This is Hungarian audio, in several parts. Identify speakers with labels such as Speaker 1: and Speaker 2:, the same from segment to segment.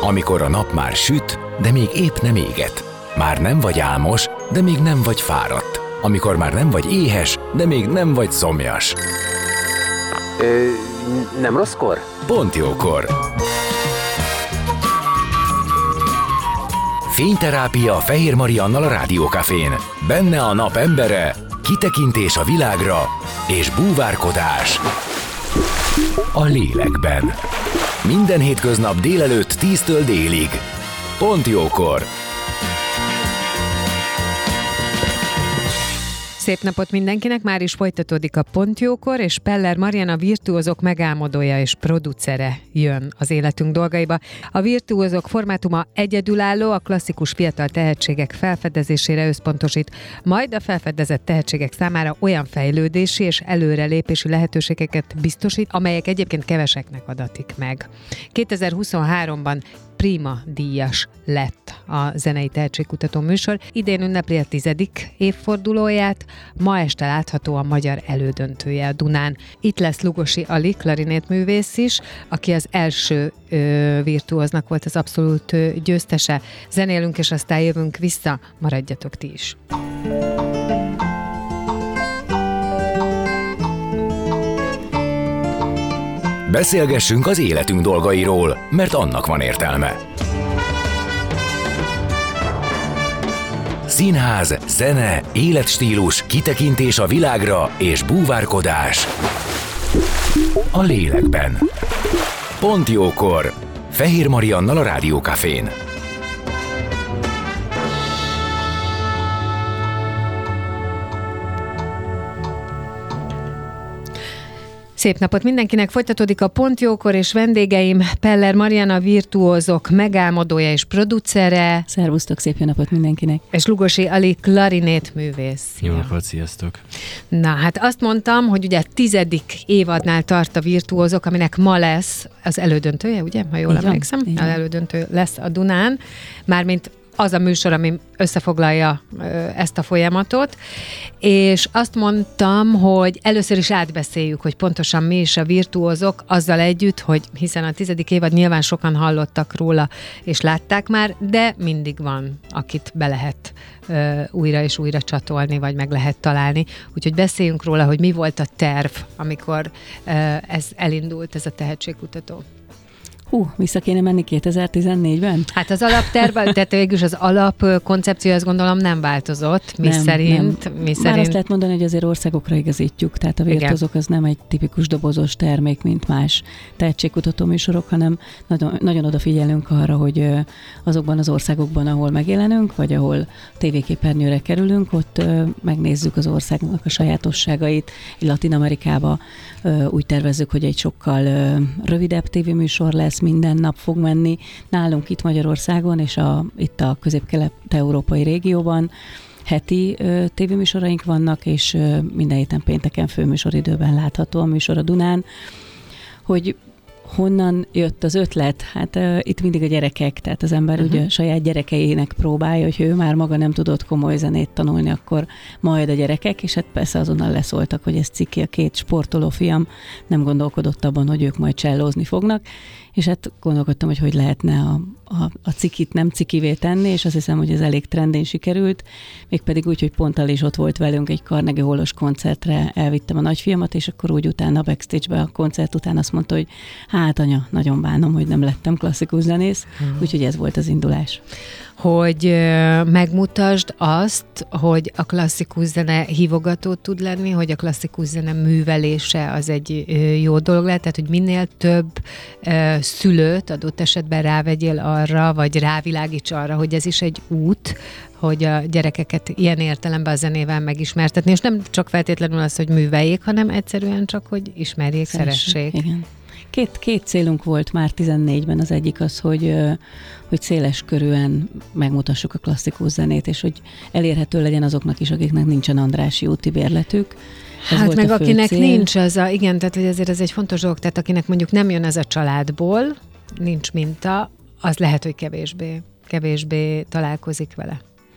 Speaker 1: Amikor a nap már süt, de még épp nem éget. Már nem vagy álmos, de még nem vagy fáradt. Amikor már nem vagy éhes, de még nem vagy szomjas.
Speaker 2: Nem rosszkor?
Speaker 1: Pont jókor. Fényterápia Fehér Mariannal a Rádiókafén. Benne a nap embere, kitekintés a világra és búvárkodás a lélekben. Minden hétköznap délelőtt 10-től délig. Pont jókor.
Speaker 3: Szép napot mindenkinek, már is folytatódik a Pont jókor, és Peller Marianna, a virtuózok megálmodója és producere jön az életünk dolgaiba. A virtuózok formátuma egyedülálló, a klasszikus fiatal tehetségek felfedezésére összpontosít, majd a felfedezett tehetségek számára olyan fejlődési és előrelépési lehetőségeket biztosít, amelyek egyébként keveseknek adatik meg. 2023-ban Prima díjas lett a zenei tehetségkutató műsor. Idén ünnepli a 10. évfordulóját, ma este látható a magyar elődöntője a Dunán. Itt lesz Lugosi Ali, klarinétművész is, aki az első virtuóznak volt az abszolút győztese. Zenélünk, és aztán jövünk vissza, maradjatok ti is.
Speaker 1: Beszélgessünk az életünk dolgairól, mert annak van értelme. Színház, zene, életstílus, kitekintés a világra és búvárkodás a lélekben. Pont jókor. Fehér Mariannal a Rádiókafén.
Speaker 3: Szép napot mindenkinek, folytatódik a Pont jókor, és vendégeim Peller Marianna, virtuózok megálmodója és producere.
Speaker 4: Szervusztok, szép jó napot mindenkinek.
Speaker 3: És Lugosi Ali, klarinétművész.
Speaker 5: Jó napot, sziasztok.
Speaker 3: Na, hát azt mondtam, hogy ugye a 10. évadnál tart a virtuózok, aminek ma lesz az elődöntője, ugye? Ha jól emlékszem, az elődöntő lesz a Dunán, mármint az a műsor, ami összefoglalja ezt a folyamatot, és azt mondtam, hogy először is átbeszéljük, hogy pontosan mi is a virtuózok, azzal együtt, hogy hiszen a 10. évad nyilván sokan hallottak róla, és látták már, de mindig van, akit be lehet újra és újra csatolni, vagy meg lehet találni. Úgyhogy beszéljünk róla, hogy mi volt a terv, amikor ez elindult, ez a tehetségkutató.
Speaker 4: Vissza kéne menni 2014-ben?
Speaker 3: Hát az alapterv, tehát végülis az alapkoncepció, azt gondolom nem változott, mi szerint.
Speaker 4: Már azt lehet mondani, hogy azért országokra igazítjuk, tehát a virtuózok az nem egy tipikus dobozos termék, mint más tehetségkutató műsorok, hanem nagyon, nagyon odafigyelünk arra, hogy azokban az országokban, ahol megjelenünk, vagy ahol tévéképernyőre kerülünk, ott megnézzük az országnak a sajátosságait. Latin-Amerikába úgy tervezzük, hogy egy sokkal rövidebb tévéműsor lesz, minden nap fog menni. Nálunk itt Magyarországon és itt a közép-kelet-európai régióban heti tévéműsoraink vannak, és minden héten pénteken főműsoridőben látható a műsor a Dunán. Hogy honnan jött az ötlet? Hát itt mindig a gyerekek, tehát az ember ugye saját gyerekeinek próbálja, hogy ő már maga nem tudott komoly zenét tanulni, akkor majd a gyerekek, és hát persze azonnal leszóltak, hogy ez ciki, a 2 sportoló fiam nem gondolkodott abban, hogy ők majd csellózni fognak, és hát gondolkodtam, hogy lehetne a cikit nem cikivé tenni, és azt hiszem, hogy ez elég trendén sikerült, mégpedig úgy, hogy pont is ott volt velünk egy Carnegie Hallos koncertre, elvittem a nagyfiamat, és akkor úgy utána backstage-be a koncert után azt mondta, hogy hát anya, nagyon bánom, hogy nem lettem klasszikus zenész, úgyhogy ez volt az indulás.
Speaker 3: Hogy megmutasd azt, hogy a klasszikus zene hívogató tud lenni, hogy a klasszikus zene művelése az egy jó dolog lehet, tehát hogy minél több szülőt adott esetben rávegyél arra, vagy rávilágíts arra, hogy ez is egy út, hogy a gyerekeket ilyen értelemben a zenével megismertetni, és nem csak feltétlenül az, hogy műveljék, hanem egyszerűen csak, hogy ismerjék, szeressék.
Speaker 4: Igen. Két célunk volt már 14-ben, az egyik az, hogy széles körűen megmutassuk a klasszikus zenét, és hogy elérhető legyen azoknak is, akiknek nincsen Andrássy úti bérletük.
Speaker 3: Hát meg akinek cél. Nincs az igen, tehát hogy ezért ez egy fontos dolog, tehát akinek mondjuk nem jön ez a családból, nincs minta, az lehet, hogy kevésbé találkozik vele.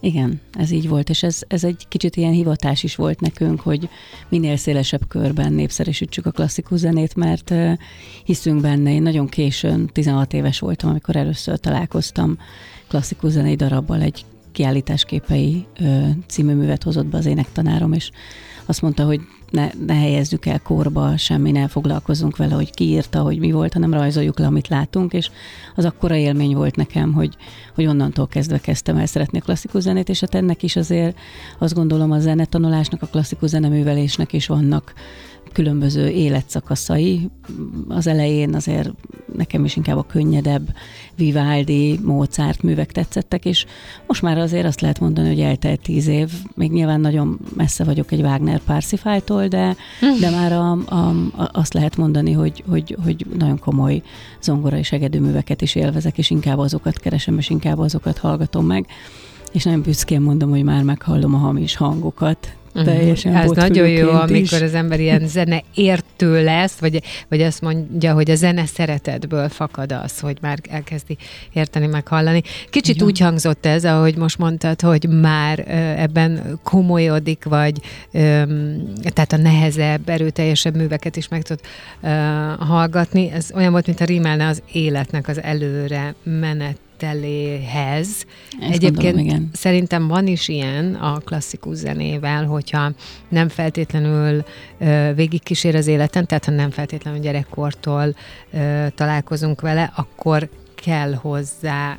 Speaker 4: Igen, ez így volt, és ez egy kicsit ilyen hivatás is volt nekünk, hogy minél szélesebb körben népszerűsítsük a klasszikus zenét, mert hiszünk benne. Én nagyon későn, 16 éves voltam, amikor először találkoztam klasszikus zenei darabbal, egy Kiállításképei című művet hozott be az énektanárom, és azt mondta, hogy ne helyezzük el kórba, semmi, ne foglalkozzunk vele, hogy ki írta, hogy mi volt, hanem rajzoljuk le, amit látunk, és az akkora élmény volt nekem, hogy onnantól kezdve kezdtem el szeretni a klasszikus zenét, és hát ennek is azért azt gondolom a zenetanulásnak, a klasszikus zeneművelésnek is vannak különböző életszakaszai. Az elején azért nekem is inkább a könnyedebb Vivaldi, Mozart művek tetszettek, és most már azért azt lehet mondani, hogy eltelt 10 év. Még nyilván nagyon messze vagyok egy Wagner Parsifal-tól, de már azt lehet mondani, hogy nagyon komoly zongora és egedű műveket is élvezek, és inkább azokat keresem, és inkább azokat hallgatom meg. És nagyon büszkén mondom, hogy már meghallom a hamis hangokat.
Speaker 3: Ez nagyon jó, amikor az ember ilyen zeneértő lesz, vagy azt mondja, hogy a zene szeretetből fakad az, hogy már elkezdi érteni, meghallani. Kicsit úgy hangzott ez, ahogy most mondtad, hogy már ebben komolyodik, vagy tehát a nehezebb, erőteljesebb műveket is meg tud hallgatni. Ez olyan volt, mint a rímelne az életnek az előre meneteléhez. Egyébként gondolom, szerintem van is ilyen a klasszikus zenével, hogyha nem feltétlenül végigkísér az életen, tehát ha nem feltétlenül gyerekkortól találkozunk vele, akkor kell hozzá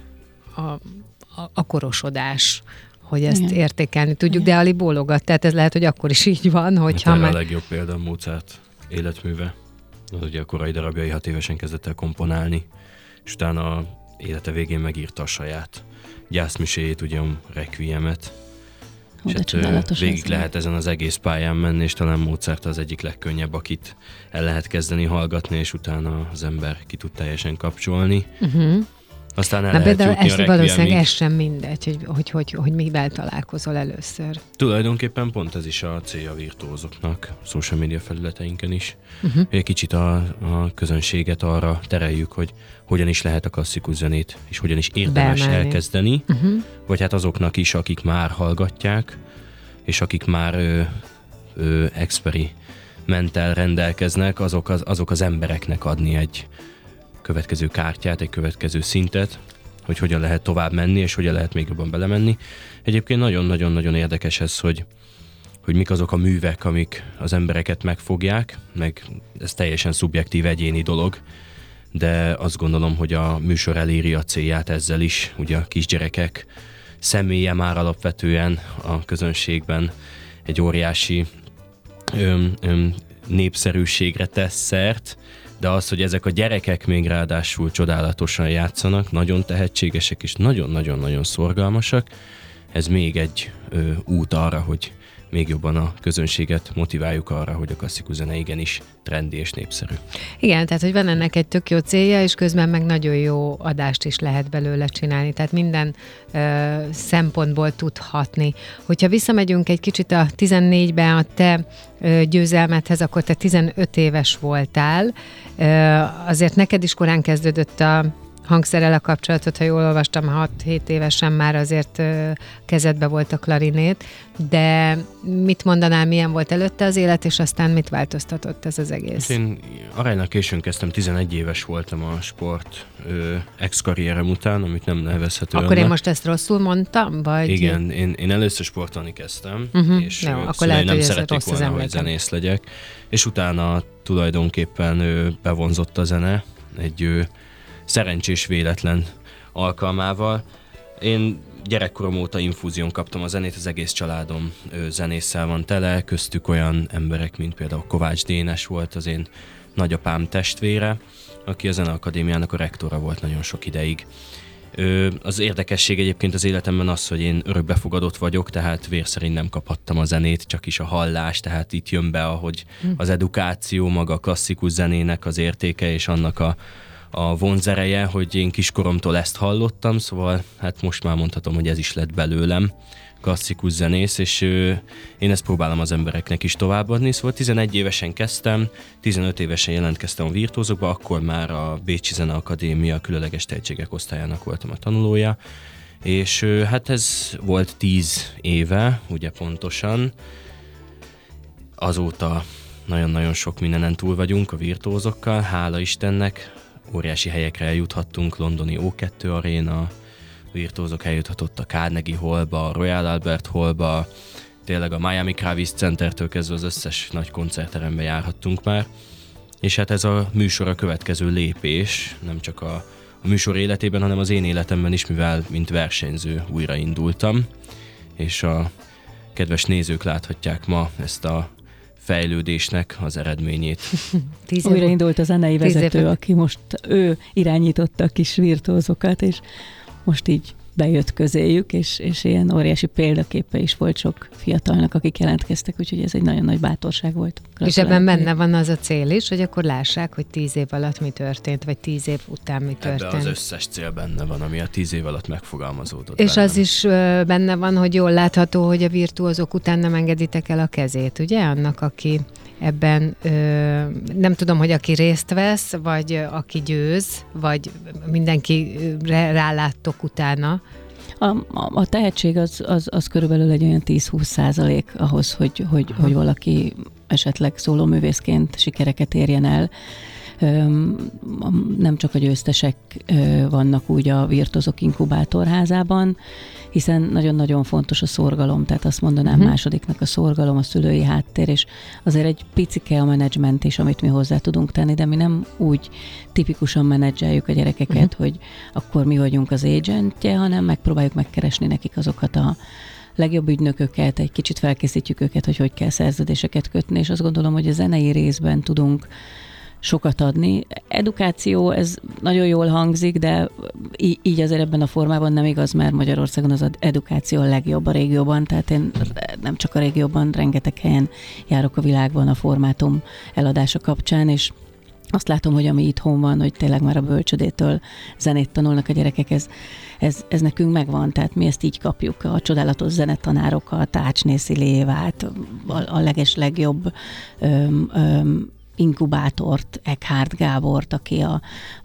Speaker 3: a korosodás, hogy ezt értékelni tudjuk, de Ali bólogat, tehát ez lehet, hogy akkor is így van, hogyha
Speaker 2: a legjobb példa Mozart életműve. Az ugye a korai darabjai 6 évesen kezdett el komponálni, és utána élete végén megírta a saját gyászmiséjét, ugye a Requiemet. És hát végig lehet ezen az egész pályán menni, és talán Mozart az egyik legkönnyebb, akit el lehet kezdeni hallgatni, és utána az ember ki tud teljesen kapcsolni. Aztán el lehet jutni a
Speaker 3: valószínűleg ez sem mindegy, hogy mivel találkozol először.
Speaker 2: Tulajdonképpen pont ez is a célja a virtuózoknak, social media felületeinken is. Egy kicsit a közönséget arra tereljük, hogy hogyan is lehet a klasszikus zenét, és hogyan is érdemes elkezdeni, vagy hát azoknak is, akik már hallgatják, és akik már experimenttel rendelkeznek, azok az embereknek adni egy következő kártyát, egy következő szintet, hogy hogyan lehet tovább menni, és hogyan lehet még jobban belemenni. Egyébként nagyon-nagyon-nagyon érdekes ez, hogy mik azok a művek, amik az embereket megfogják, meg ez teljesen szubjektív, egyéni dolog, de azt gondolom, hogy a műsor eléri a célját ezzel is. Ugye a kisgyerekek személye már alapvetően a közönségben egy óriási népszerűségre tesz szert, de az, hogy ezek a gyerekek még ráadásul csodálatosan játszanak, nagyon tehetségesek és nagyon-nagyon-nagyon szorgalmasak, ez még egy út arra, hogy még jobban a közönséget motiváljuk arra, hogy a klasszikus zene igenis trendi és népszerű.
Speaker 3: Igen, tehát hogy van ennek egy tök jó célja, és közben meg nagyon jó adást is lehet belőle csinálni, tehát minden szempontból tud hatni. Hogyha visszamegyünk egy kicsit a 14-ben a te győzelmedhez, akkor te 15 éves voltál, azért neked is korán kezdődött a hangszerrel a kapcsolatot, ha jól olvastam, 6-7 évesen már azért kezedbe volt a klarinét, de mit mondanál, milyen volt előtte az élet, és aztán mit változtatott ez az egész?
Speaker 2: Én aránylag későn kezdtem, 11 éves voltam a sport ex-karrierem után, amit nem nevezhető
Speaker 3: Akkor én most ezt rosszul mondtam? Vagy?
Speaker 2: Igen, én először sportolni kezdtem, és
Speaker 3: jó, akkor lehet,
Speaker 2: nem szerették volna, hogy zenész legyek, és utána tulajdonképpen bevonzott a zene egy szerencsés véletlen alkalmával. Én gyerekkorom óta infúzión kaptam a zenét, az egész családom zenésszel van tele, köztük olyan emberek, mint például Kovács Dénes volt az én nagyapám testvére, aki a Zeneakadémiának a rektora volt nagyon sok ideig. Az érdekesség egyébként az életemben az, hogy én örökbefogadott vagyok, tehát vér szerint nem kaphattam a zenét, csak is a hallás, tehát itt jön be, ahogy az edukáció, maga a klasszikus zenének az értéke és annak a vonzereje, hogy én kiskoromtól ezt hallottam, szóval hát most már mondhatom, hogy ez is lett belőlem, klasszikus zenész, és én ezt próbálom az embereknek is továbbadni, szóval 11 évesen kezdtem, 15 évesen jelentkeztem a virtuózokba, akkor már a Bécsi Zeneakadémia különleges tehetségek osztályának voltam a tanulója, És hát ez volt 10 éve, ugye pontosan. Azóta nagyon-nagyon sok mindenen túl vagyunk a virtuózokkal, hála Istennek. Óriási helyekre eljuthattunk, londoni O2 Arena, virtuózok eljuthatott a Carnegie Hallba, a Royal Albert Hallba, tényleg a Miami Kravis Centertől kezdve az összes nagy koncertterembe járhattunk már. És hát ez a műsor a következő lépés, nem csak a műsor életében, hanem az én életemben is, mivel mint versenyző újraindultam, és a kedves nézők láthatják ma ezt a fejlődésnek az eredményét.
Speaker 4: Újraindult a zenei vezető, aki most ő irányította a kis virtuózokat, és most így bejött közéjük, és ilyen óriási példaképe is volt sok fiatalnak, akik jelentkeztek, úgyhogy ez egy nagyon nagy bátorság volt.
Speaker 3: És ebben benne van az a cél is, hogy akkor lássák, hogy 10 év alatt mi történt, vagy 10 év után mi történt.
Speaker 2: Ebben az összes cél benne van, ami a 10 év alatt megfogalmazódott.
Speaker 3: És
Speaker 2: bennem.
Speaker 3: az is benne van, hogy jól látható, hogy a virtuózok után nem engeditek el a kezét, ugye? Annak, aki ebben, nem tudom, hogy aki részt vesz, vagy aki győz, vagy mindenkire ráláttok utána.
Speaker 4: A tehetség az körülbelül egy olyan 10-20% ahhoz, hogy valaki esetleg szólóművészként sikereket érjen el. Nem csak a győztesek vannak úgy a Virtuózok Inkubátorházában, hiszen nagyon-nagyon fontos a szorgalom, tehát azt mondanám másodiknak a szorgalom, a szülői háttér, és azért egy picike a menedzsment is, amit mi hozzá tudunk tenni, de mi nem úgy tipikusan menedzseljük a gyerekeket, hogy akkor mi vagyunk az agentje, hanem megpróbáljuk megkeresni nekik azokat a legjobb ügynököket, egy kicsit felkészítjük őket, hogy kell szerződéseket kötni, és azt gondolom, hogy a zenei részben tudunk sokat adni. Edukáció, ez nagyon jól hangzik, de így azért ebben a formában nem igaz, mert Magyarországon az edukáció a legjobb a régióban, tehát én nem csak a régióban, rengeteg helyen járok a világban a formátum eladása kapcsán, és azt látom, hogy ami itthon van, hogy tényleg már a bölcsödétől zenét tanulnak a gyerekek, ez nekünk megvan, tehát mi ezt így kapjuk, a csodálatos zenetanárokat, Ácsné Szilévát, a legjobb inkubátort, Eckhard Gábort, aki a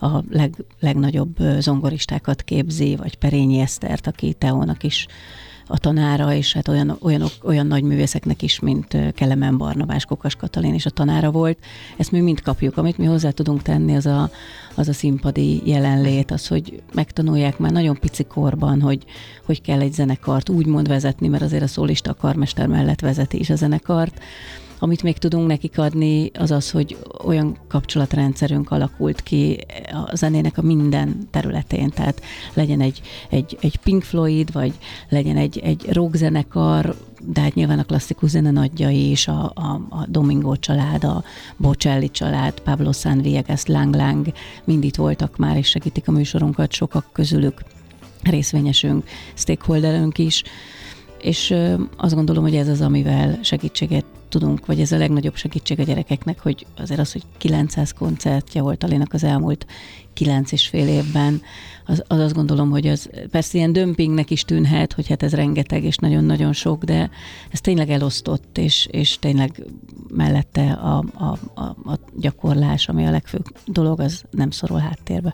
Speaker 4: legnagyobb zongoristákat képzi, vagy Perényi Esztert, aki Teónak is a tanára, és hát olyan nagy művészeknek is, mint Kelemen Barnabás, Kokas Katalin is a tanára volt. Ezt mi mind kapjuk. Amit mi hozzá tudunk tenni, az a színpadi jelenlét, az, hogy megtanulják már nagyon pici korban, hogy kell egy zenekart úgymond vezetni, mert azért a szólista a karmester mellett vezeti is a zenekart. Amit még tudunk nekik adni, az az, hogy olyan kapcsolatrendszerünk alakult ki a zenének a minden területén. Tehát legyen egy Pink Floyd, vagy legyen egy rockzenekar, de hát nyilván a klasszikus zene nagyjai is, a Domingo család, a Bocelli család, Pablo San Viegas, Lang Lang, mind itt voltak már, és segítik a műsorunkat, sokak közülük részvényesünk, stakeholderünk is, és azt gondolom, hogy ez az, amivel segítséget tudunk, vagy ez a legnagyobb segítség a gyerekeknek, hogy azért az, hogy 900 koncertje volt Alénak az elmúlt 9,5 évben, az azt gondolom, hogy az persze ilyen dömpingnek is tűnhet, hogy hát ez rengeteg és nagyon-nagyon sok, de ez tényleg elosztott, és tényleg mellette a gyakorlás, ami a legfőbb dolog, az nem szorul háttérbe.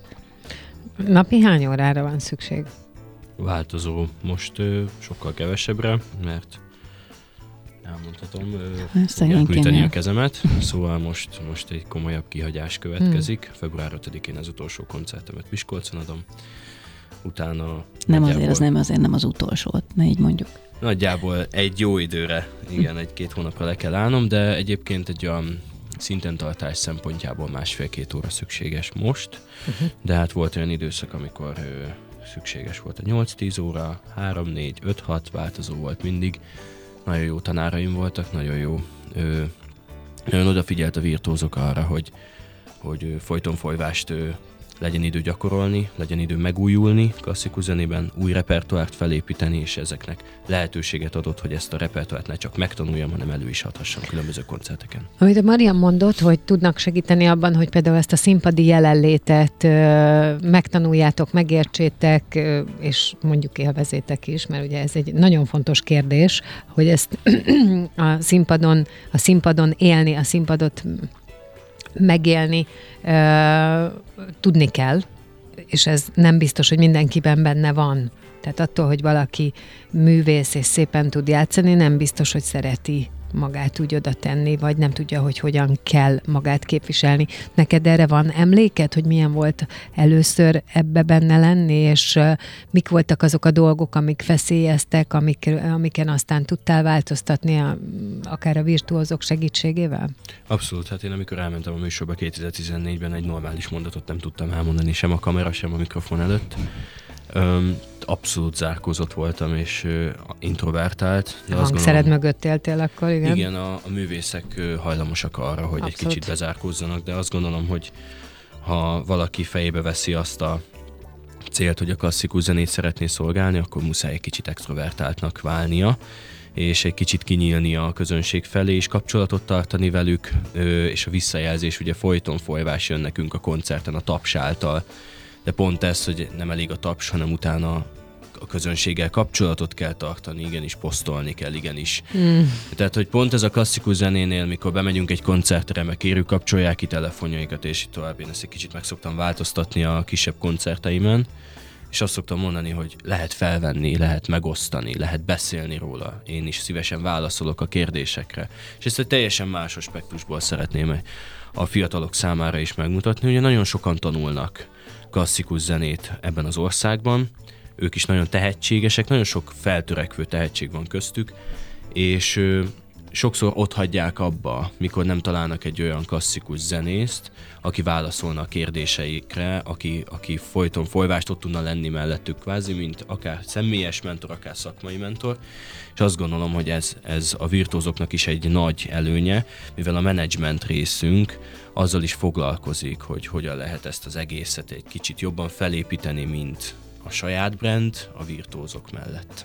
Speaker 3: Napi hány órára van szükség?
Speaker 2: Változó. Most sokkal kevesebbre, mert elmondhatom, fogják műteni a kezemet, szóval most egy komolyabb kihagyás következik. Február 5-én az utolsó koncertemet Miskolcon adom. Utána
Speaker 4: nem azért nem az utolsót, ne így mondjuk.
Speaker 2: Nagyjából egy jó időre, igen, 1-2 hónapra le kell állnom, de egyébként egy olyan szinten tartás szempontjából 1,5-2 óra szükséges most, de hát volt olyan időszak, amikor szükséges volt a 8-10 óra, 3-4-5-6 változó volt mindig. Nagyon jó tanáraim voltak, nagyon odafigyelt a virtuózok arra, hogy folyton folyvást legyen idő gyakorolni, legyen idő megújulni klasszikus zenében, új repertoárt felépíteni, és ezeknek lehetőséget adott, hogy ezt a repertoárt ne csak megtanuljam, hanem elő is adhassam különböző koncerteken.
Speaker 3: Amit a Marian mondott, hogy tudnak segíteni abban, hogy például ezt a színpadi jelenlétet megtanuljátok, megértsétek, és mondjuk élvezétek is, mert ugye ez egy nagyon fontos kérdés, hogy ezt a színpadon élni, a színpadot megélni, tudni kell, és ez nem biztos, hogy mindenkiben benne van. Tehát attól, hogy valaki művész és szépen tud játszani, nem biztos, hogy szereti magát úgy oda tenni, vagy nem tudja, hogy hogyan kell magát képviselni. Neked erre van emléked, hogy milyen volt először ebbe benne lenni, és mik voltak azok a dolgok, amik feszélyeztek, amiken aztán tudtál változtatni, akár a virtuózok segítségével?
Speaker 2: Abszolút, hát én amikor elmentem a műsorba 2014-ben, egy normális mondatot nem tudtam elmondani, sem a kamera, sem a mikrofon előtt. Abszolút zárkózott voltam, és introvertált.
Speaker 3: A hangszered mögött éltél akkor, igen?
Speaker 2: Igen, a művészek hajlamosak arra, hogy abszolút egy kicsit bezárkózzanak, de azt gondolom, hogy ha valaki fejébe veszi azt a célt, hogy a klasszikus zenét szeretné szolgálni, akkor muszáj egy kicsit extrovertáltnak válnia, és egy kicsit kinyílnia a közönség felé, és kapcsolatot tartani velük, és a visszajelzés, ugye folyton-folyvás jön nekünk a koncerten a taps által, de pont ez, hogy nem elég a taps, hanem utána a közönséggel kapcsolatot kell tartani, igenis posztolni kell, igenis. Tehát, hogy pont ez a klasszikus zenénél, mikor bemegyünk egy koncertre, meg kérjük, kapcsolják ki telefonjaikat, és így tovább. Én ezt egy kicsit meg szoktam változtatni a kisebb koncerteimen, és azt szoktam mondani, hogy lehet felvenni, lehet megosztani, lehet beszélni róla. Én is szívesen válaszolok a kérdésekre. És ezt egy teljesen más aspektusból szeretném a fiatalok számára is megmutatni. Ugye nagyon sokan tanulnak klasszikus zenét ebben az országban, ők is nagyon tehetségesek, nagyon sok feltörekvő tehetség van köztük, és sokszor ott hagyják abba, mikor nem találnak egy olyan klasszikus zenészt, aki válaszolna a kérdéseikre, aki folyton folyvást ott tudna lenni mellettük kvázi, mint akár személyes mentor, akár szakmai mentor, és azt gondolom, hogy ez a virtuózoknak is egy nagy előnye, mivel a menedzsment részünk azzal is foglalkozik, hogy hogyan lehet ezt az egészet egy kicsit jobban felépíteni, mint a saját brand a virtuózok mellett.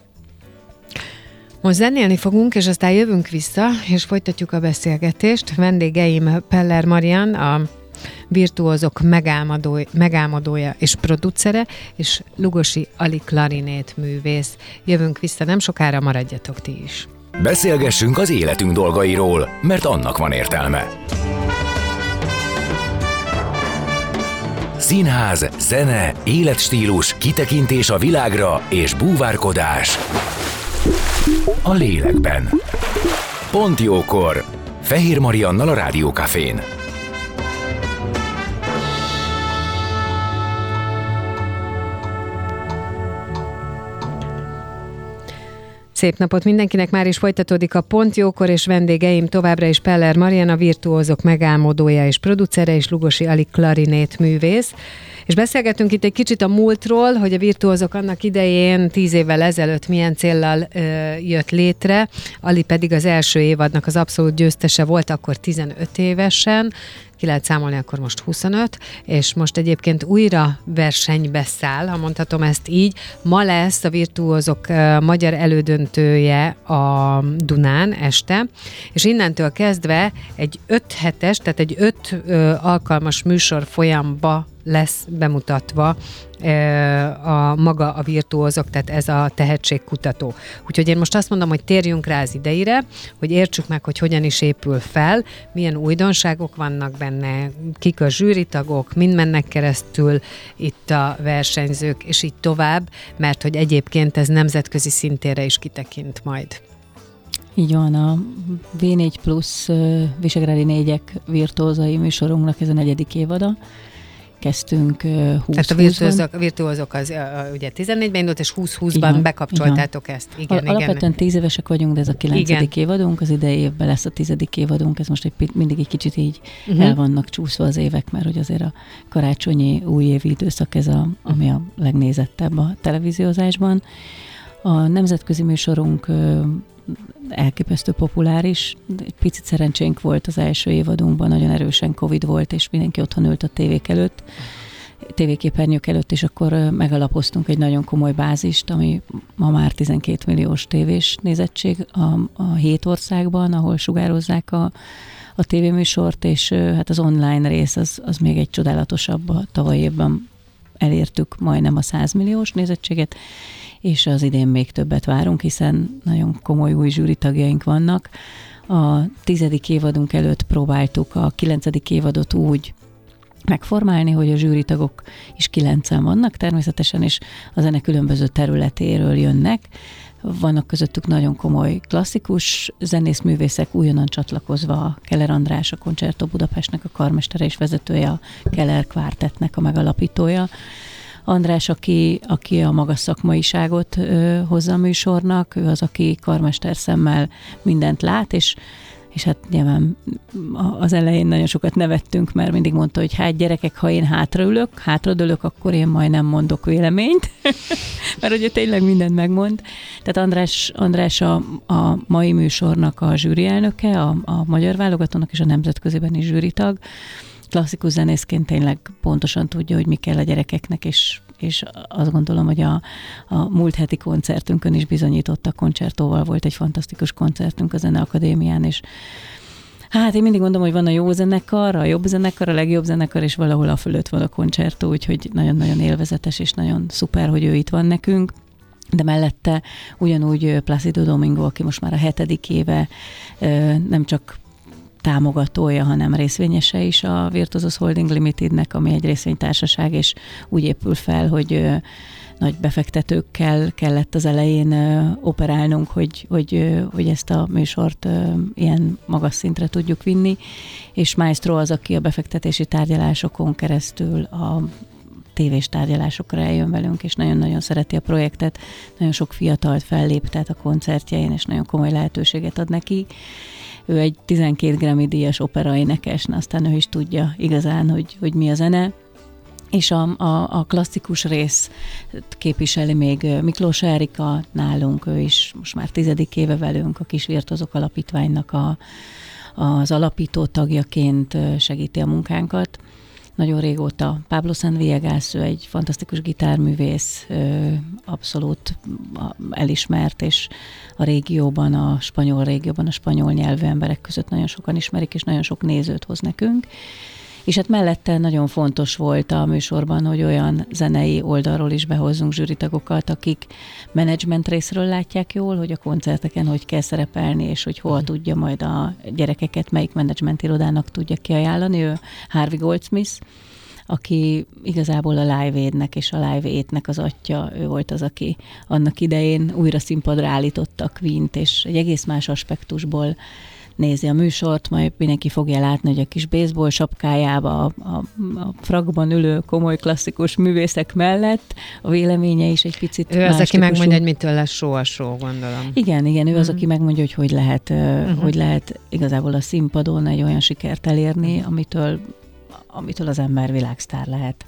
Speaker 3: Most zenélni fogunk, és aztán jövünk vissza, és folytatjuk a beszélgetést. Vendégeim Peller Marian, a virtuózok megálmodója és producere, és Lugosi Ali klarinét művész. Jövünk vissza nem sokára, maradjatok ti is.
Speaker 1: Beszélgessünk az életünk dolgairól, mert annak van értelme. Színház, zene, életstílus, kitekintés a világra és búvárkodás a lélekben. Pont jókor! Fehér Mariannal a Rádió Cafén.
Speaker 3: Szép napot mindenkinek, már is folytatódik a Pont jókor, és vendégeim továbbra is Peller Marian, a virtuózok megálmodója és producere, és Lugosi Ali klarinét művész. És beszélgetünk itt egy kicsit a múltról, hogy a virtuózok annak idején 10 évvel ezelőtt milyen céllal jött létre, Ali pedig az első évadnak az abszolút győztese volt, akkor 15 évesen, ki lehet számolni, akkor most 25, és most egyébként újra versenybe száll, ha mondhatom ezt így. Ma lesz a virtuózok magyar elődöntője a Dunán este, és innentől kezdve egy 5 hetes, tehát egy 5 alkalmas műsor folyamba lesz bemutatva a virtuózok, tehát ez a tehetségkutató. Úgyhogy én most azt mondom, hogy térjünk rá az ideire, hogy értsük meg, hogy hogyan is épül fel, milyen újdonságok vannak benne, kik a zsűritagok, mind mennek keresztül itt a versenyzők, és így tovább, mert hogy egyébként ez nemzetközi szintére is kitekint majd.
Speaker 4: Így van, a V4 Plus Visegrádi négyek virtuózai műsorunknak ez a 4. évada. Kezdtünk 20-20-ban.
Speaker 3: Tehát a virtuózok az ugye 14-ben indult, és 20-20-ban bekapcsoltátok ezt. Igen,
Speaker 4: alapvetően 10 évesek vagyunk, de ez a 9. évadunk, az idei évben lesz a 10. évadunk, ez most mindig egy kicsit így el vannak csúszva az évek, mert hogy azért a karácsonyi újévi időszak ez ami a legnézettebb a televíziózásban. A nemzetközi műsorunk elképesztő populáris. Egy picit szerencsénk volt az első évadunkban, nagyon erősen Covid volt, és mindenki otthon ült a tévék előtt, tévéképernyők előtt, és akkor megalapoztunk egy nagyon komoly bázist, ami ma már 12 milliós tévés nézettség a 7 országban, ahol sugározzák a tévéműsort, és hát az online rész az még egy csodálatosabb. A tavaly évben elértük majdnem a 100 milliós nézettséget, és az idén még többet várunk, hiszen nagyon komoly új zsűritagjaink vannak. A 10. évadunk előtt próbáltuk a 9. évadot úgy megformálni, hogy a zsűritagok is 9-en vannak természetesen, és a zene különböző területéről jönnek. Vannak közöttük nagyon komoly klasszikus zenészművészek, újonnan csatlakozva a Keller András, a Concerto Budapestnek a karmestere és vezetője, a Keller Quartetnek a megalapítója. András, aki a magas szakmaiságot hozza a műsornak, ő az, aki karmester szemmel mindent lát, és hát nyilván az elején nagyon sokat nevettünk, mert mindig mondta, hogy hát gyerekek, ha én hátradőlök, akkor én majd nem mondok véleményt, mert ugye tényleg mindent megmond. Tehát András a mai műsornak a zsűri elnöke, a magyar válogatónak és a nemzetköziben is zsűritag. Klasszikus zenészként tényleg pontosan tudja, hogy mi kell a gyerekeknek, és azt gondolom, hogy a múlt heti koncertünkön is bizonyította, Concertóval volt egy fantasztikus koncertünk a Zeneakadémián, és hát én mindig mondom, hogy van a jó zenekar, a jobb zenekar, a legjobb zenekar, és valahol a fölött van a Concerto, úgyhogy nagyon-nagyon élvezetes, és nagyon szuper, hogy ő itt van nekünk. De mellette ugyanúgy Plácido Domingo, aki most már a 7. éve nem csak támogatója, hanem részvényese is a Virtuosos Holding Limitednek, ami egy részvénytársaság, és úgy épül fel, hogy nagy befektetőkkel kellett az elején operálnunk, hogy ezt a műsort ilyen magas szintre tudjuk vinni, és Maestro az, aki a befektetési tárgyalásokon keresztül a tévés tárgyalásokra eljön velünk, és nagyon-nagyon szereti a projektet, nagyon sok fiatalt felléptet a koncertjein, és nagyon komoly lehetőséget ad neki. Ő egy 12 Grammy díjas operaénekes, aztán ő is tudja igazán, hogy mi a zene. És a klasszikus rész képviseli még Miklós Erika nálunk, ő is most már 10. éve velünk, a Kis Virtuózok Alapítványnak az alapító tagjaként segíti a munkánkat. Nagyon régóta Pablo San Villegas, ő egy fantasztikus gitárművész, abszolút elismert, és a régióban, a spanyol nyelvű emberek között nagyon sokan ismerik, és nagyon sok nézőt hoz nekünk. És hát mellette nagyon fontos volt a műsorban, hogy olyan zenei oldalról is behozzunk zsűritagokat, akik menedzsment részről látják jól, hogy a koncerteken hogy kell szerepelni, és hogy hol tudja majd a gyerekeket, melyik menedzsment irodának tudja kiajánlani. Ő Harvey Goldsmith, aki igazából a Live Aid-nek és a Live Aid-nek az atya, ő volt az, aki annak idején újra színpadra állította a Queen-t, és egy egész más aspektusból nézi a műsort, majd mindenki fogja látni, hogy a kis baseball sapkájába, a frakban ülő komoly klasszikus művészek mellett a véleménye is egy picit
Speaker 3: ő az, aki megmondja, hogy mitől lesz show a show, gondolom.
Speaker 4: Igen, ő az, aki megmondja, hogy hogy lehet igazából a színpadon egy olyan sikert elérni, amitől az ember világsztár lehet.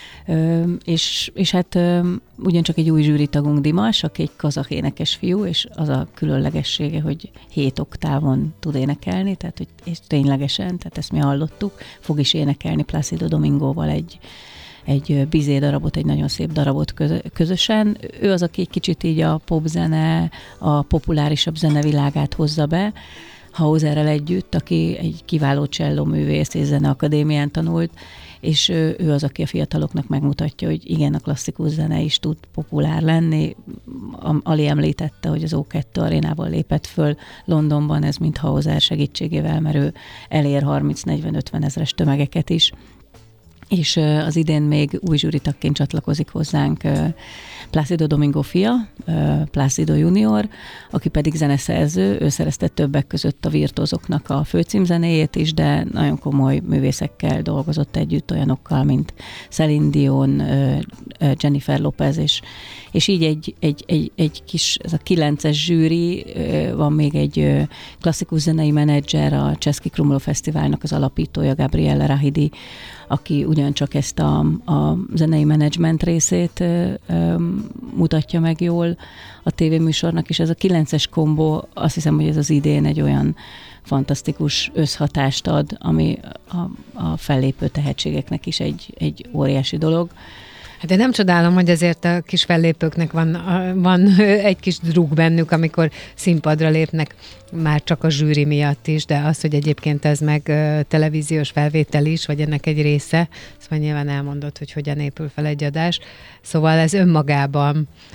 Speaker 4: És hát ugyancsak egy új zsűritagunk Dimas, aki egy kazah énekes fiú, és az a különlegessége, hogy 7 oktávon tud énekelni, tehát hogy és ténylegesen, tehát ezt mi hallottuk, fog is énekelni Plácido Domingóval egy bizé darabot, egy nagyon szép darabot közösen. Ő az, aki egy kicsit így a popzene, a populárisabb zenevilágát hozza be, Hauserrel együtt, aki egy kiváló csellóművész és Zeneakadémián tanult, és ő az, aki a fiataloknak megmutatja, hogy igen, a klasszikus zene is tud populár lenni. Ali említette, hogy az O2 arénában lépett föl Londonban, ez mind Hauser segítségével, mert ő elér 30-40-50 ezres tömegeket is. És az idén még új zsűritagként csatlakozik hozzánk Plácido Domingo fia, Plácido Junior, aki pedig zeneszerző, ő szerezte többek között a Virtuózoknak a főcímzenéjét is, de nagyon komoly művészekkel dolgozott együtt, olyanokkal, mint Celine Dion, Jennifer Lopez, és így egy kis, ez a 9-es zsűri, van még egy klasszikus zenei menedzser, a Český Krumlov Fesztiválnak az alapítója, Gabriela Rahidi, aki ugyancsak ezt a zenei menedzsment részét mutatja meg jól a tévéműsornak, és ez a 9-es kombó, azt hiszem, hogy ez az idén egy olyan fantasztikus összhatást ad, ami a fellépő tehetségeknek is egy óriási dolog.
Speaker 3: De nem csodálom, hogy azért a kis fellépőknek van egy kis druk bennük, amikor színpadra lépnek, már csak a zsűri miatt is, de az, hogy egyébként ez meg televíziós felvétel is, vagy ennek egy része, ezt már nyilván elmondott, hogy hogyan épül fel egy adás. Szóval ez önmagában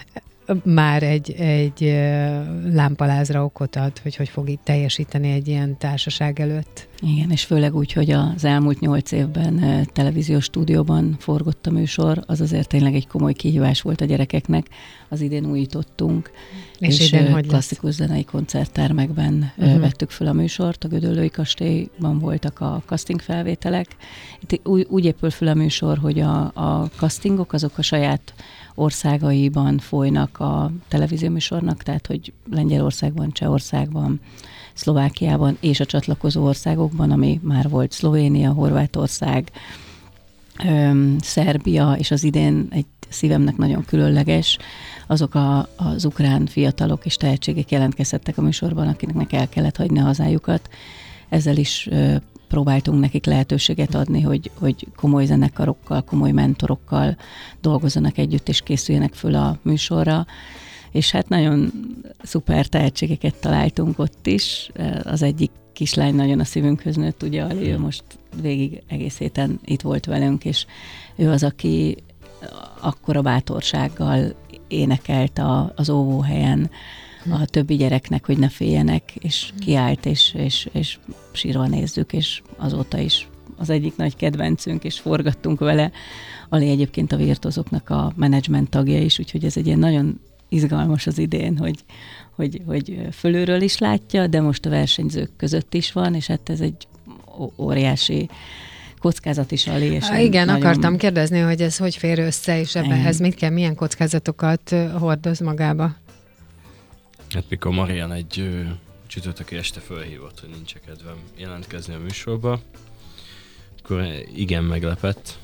Speaker 3: már egy lámpalázra okot ad, hogy fog itt teljesíteni egy ilyen társaság előtt.
Speaker 4: Igen, és főleg úgy, hogy az elmúlt 8 évben televíziós stúdióban forgott a műsor, az azért tényleg egy komoly kihívás volt a gyerekeknek. Az idén újítottunk, és idén hogy klasszikus zenei koncerttermekben vettük fel a műsort, a Gödöllői Kastélyban voltak a casting felvételek. Itt úgy épül fel a műsor, hogy a castingok azok a saját országaiban folynak a televízióműsornak, tehát hogy Lengyelországban, Csehországban, Szlovákiában és a csatlakozó országokban, ami már volt Szlovénia, Horvátország, Szerbia, és az idén egy szívemnek nagyon különleges, azok az ukrán fiatalok és tehetségek jelentkezhettek a műsorban, akiknek el kellett hagyni a hazájukat. Ezzel is próbáltunk nekik lehetőséget adni, hogy komoly zenekarokkal, komoly mentorokkal dolgozzanak együtt, és készüljenek föl a műsorra. És hát nagyon szuper tehetségeket találtunk ott is. Az egyik kislány nagyon a szívünkhöz nőtt, ugye Ali, ő most végig egész héten itt volt velünk, és ő az, aki akkora bátorsággal énekelt az óvóhelyen a többi gyereknek, hogy ne féljenek, és kiállt, és sírva nézzük, és azóta is az egyik nagy kedvencünk, és forgattunk vele. Ali egyébként a Virtuózoknak a menedzsment tagja is, úgyhogy ez egy ilyen nagyon izgalmas az idén, hogy fölülről is látja, de most a versenyzők között is van, és hát ez egy óriási kockázat is, Ali. És
Speaker 3: igen, nagyon... akartam kérdezni, hogy ez hogy fér össze, és ebbehez mit kell, milyen kockázatokat hordoz magába?
Speaker 2: Hát mikor Marian egy csütörtöki este fölhívott, hogy nincs kedvem jelentkezni a műsorba, akkor igen meglepett,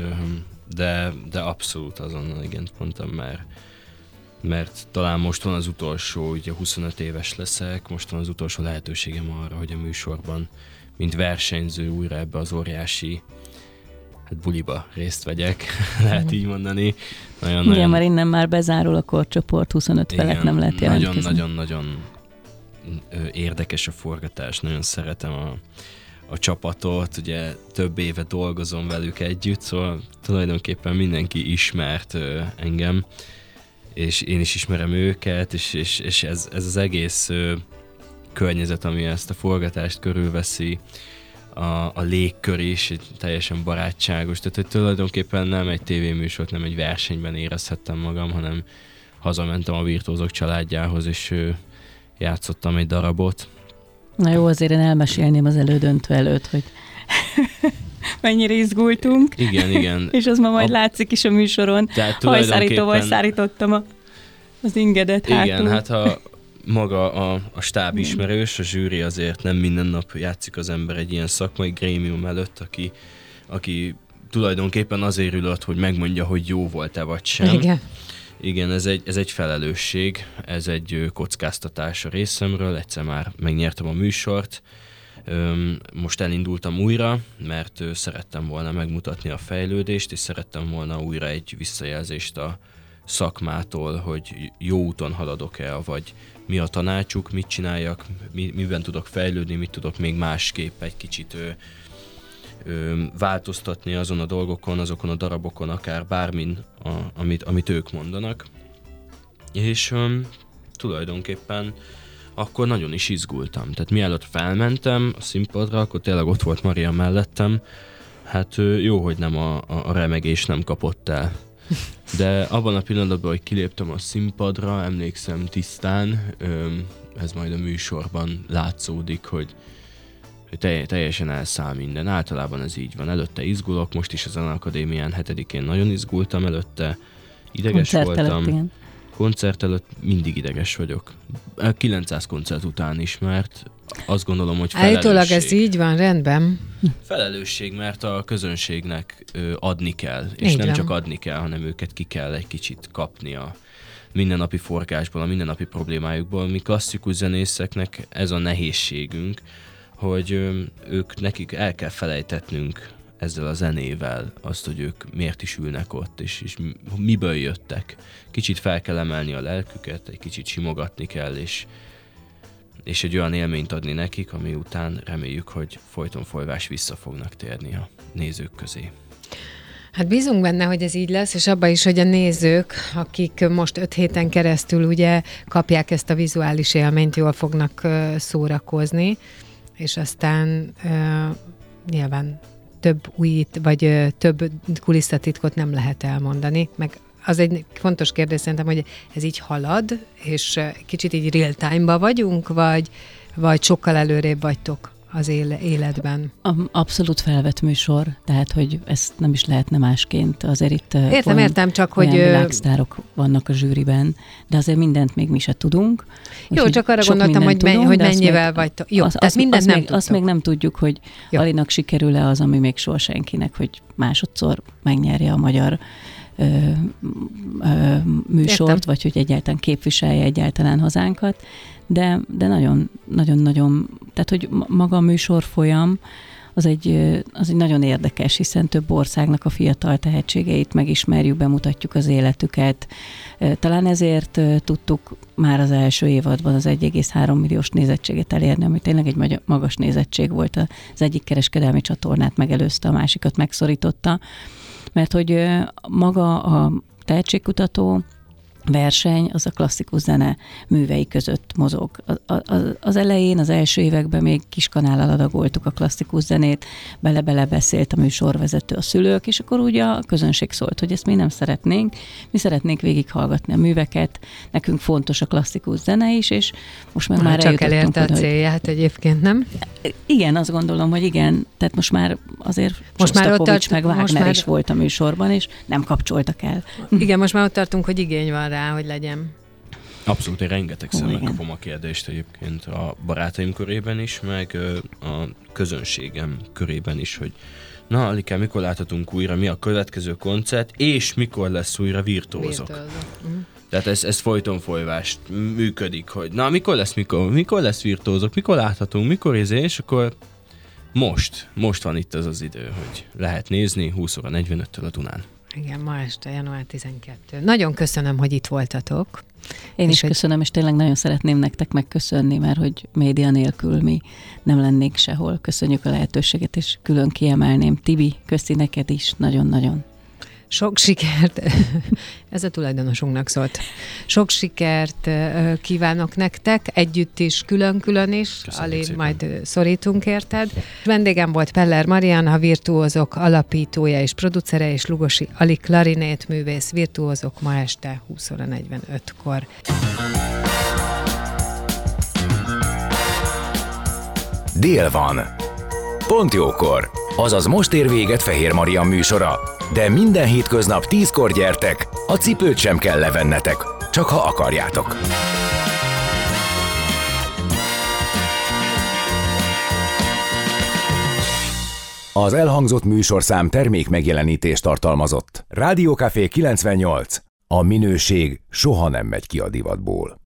Speaker 2: de abszolút azonnal igent mondtam, mert talán most van az utolsó, ugye 25 éves leszek, most van az utolsó lehetőségem arra, hogy a műsorban, mint versenyző újra ebbe az óriási buliba részt vegyek, lehet így mondani.
Speaker 4: Igen, már innen már bezárul a korcsoport, 25 felett nem lehet jelentkezni.
Speaker 2: Nagyon-nagyon érdekes a forgatás, nagyon szeretem a csapatot, ugye több éve dolgozom velük együtt, szóval tulajdonképpen mindenki ismert engem, és én is ismerem őket, és ez az egész környezet, ami ezt a forgatást körülveszi, a légkör is teljesen barátságos, tehát hogy tulajdonképpen nem egy tévéműsort, nem egy versenyben érezhettem magam, hanem hazamentem a Virtuózok családjához, és játszottam egy darabot.
Speaker 4: Na jó, azért én elmesélném az elődöntő előtt, hogy mennyire izgultunk.
Speaker 2: Igen.
Speaker 4: És az ma majd látszik is a műsoron. Hajszárítóval szárítottam az ingedet hátul.
Speaker 2: Igen, hát maga a stáb ismerős, a zsűri azért nem minden nap játszik az ember egy ilyen szakmai grémium előtt, aki tulajdonképpen azért ülött, hogy megmondja, hogy jó volt-e vagy sem. Igen, ez egy felelősség, ez egy kockáztatás a részemről, egyszer már megnyertem a műsort, most elindultam újra, mert szerettem volna megmutatni a fejlődést, és szerettem volna újra egy visszajelzést a szakmától, hogy jó úton haladok-e, vagy mi a tanácsuk, mit csináljak, miben tudok fejlődni, mit tudok még másképp egy kicsit változtatni azon a dolgokon, azokon a darabokon, akár bármin, amit ők mondanak. És tulajdonképpen akkor nagyon is izgultam. Tehát mielőtt felmentem a színpadra, akkor tényleg ott volt Maria mellettem. Hát jó, hogy nem a remegés nem kapott el. De abban a pillanatban, hogy kiléptem a színpadra, emlékszem tisztán, ez majd a műsorban látszódik, hogy teljesen elszáll minden. Általában ez így van. Előtte izgulok, most is a Zeneakadémián 7-én nagyon izgultam, előtte ideges voltam. Igen. Koncert előtt mindig ideges vagyok. 900 koncert után is, mert azt gondolom, hogy felelősség.
Speaker 3: Állítólag ez így van, rendben.
Speaker 2: Felelősség, mert a közönségnek adni kell, és így nem van. Csak adni kell, hanem őket ki kell egy kicsit kapni a mindennapi forgásból, a mindennapi problémájukból. Mi klasszikus zenészeknek ez a nehézségünk, hogy nekik el kell felejtetnünk ezzel a zenével azt, hogy ők miért is ülnek ott, és miből jöttek. Kicsit fel kell emelni a lelküket, egy kicsit simogatni kell, és egy olyan élményt adni nekik, ami után reméljük, hogy folyton folyvás vissza fognak térni a nézők közé.
Speaker 3: Hát bízunk benne, hogy ez így lesz, és abban is, hogy a nézők, akik most 5 héten keresztül ugye kapják ezt a vizuális élményt, jól fognak szórakozni, és aztán nyilván több újít, vagy több kulisszatitkot nem lehet elmondani, meg az egy fontos kérdés szerintem, hogy ez így halad, és kicsit így real time-ba vagyunk, vagy sokkal előrébb vagytok az életben?
Speaker 4: Abszolút felvett műsor, tehát, hogy ezt nem is lehetne másként. Azért itt
Speaker 3: értem, csak hogy
Speaker 4: világsztárok vannak a zsűriben, de azért mindent még mi se tudunk.
Speaker 3: Jó, csak arra gondoltam, hogy mennyivel vagytok. Jó, tehát mindent nem tudtok.
Speaker 4: Azt még nem tudjuk, hogy Alinak sikerül-e az, ami még soha senkinek, hogy másodszor megnyerje a magyar műsort, értem. Vagy hogy egyáltalán képviselje egyáltalán hazánkat, de nagyon, tehát hogy maga a műsor folyam, az egy nagyon érdekes, hiszen több országnak a fiatal tehetségeit megismerjük, bemutatjuk az életüket. Talán ezért tudtuk már az első évadban az 1,3 milliós nézettséget elérni, ami tényleg egy magas nézettség volt. Az egyik kereskedelmi csatornát megelőzte, a másikat megszorította, mert hogy maga a tehetségkutató verseny az a klasszikus zene művei között mozog. Az elején, az első években még kiskanállal adagoltuk a klasszikus zenét, bele-bele beszélt a műsorvezető, a szülők, és akkor úgy a közönség szólt, hogy ezt mi nem szeretnénk, mi szeretnénk végighallgatni a műveket, nekünk fontos a klasszikus zene is, és most meg már
Speaker 3: csak elérte a célját egyébként, nem?
Speaker 4: Igen, azt gondolom, hogy igen, tehát most már azért Sostakovics meg Wagner is volt a műsorban, és nem kapcsoltak el.
Speaker 3: Igen, most már ott tartunk, hogy igény van rá, hogy legyen.
Speaker 2: Abszolút, én rengetegszer megkapom a kérdést egyébként a barátaim körében is, meg a közönségem körében is, hogy na, Alikám, mikor láthatunk újra, mi a következő koncert, és mikor lesz újra Virtuózok. Tehát ez folyton folyvást működik, hogy na, mikor lesz Virtuózok, mikor láthatunk, mikor és akkor most van itt az idő, hogy lehet nézni 20:45-től a Dunán.
Speaker 3: Igen, ma este, január 12. Nagyon köszönöm, hogy itt voltatok.
Speaker 4: Én is köszönöm, és tényleg nagyon szeretném nektek megköszönni, mert hogy média nélkül mi nem lennénk sehol. Köszönjük a lehetőséget, és külön kiemelném. Tibi, köszi neked is, nagyon-nagyon.
Speaker 3: Sok sikert, ez a tulajdonosunknak szólt. Sok sikert kívánok nektek, együtt is, külön-külön is. Ali, majd szorítunk érted. Vendégem volt Peller Marianna, a Virtuózok alapítója és producere, és Lugosi Ali klarinétművész. Virtuózok ma este 20:45-kor.
Speaker 1: Dél van. Pont jókor. Azaz most ér véget Fehér Marian műsora. De minden hétköznap 10-kor gyertek, a cipőt sem kell levennetek, csak ha akarjátok. Az elhangzott műsorszám termék megjelenítést tartalmazott. Rádió Café 98. A minőség soha nem megy ki a divatból.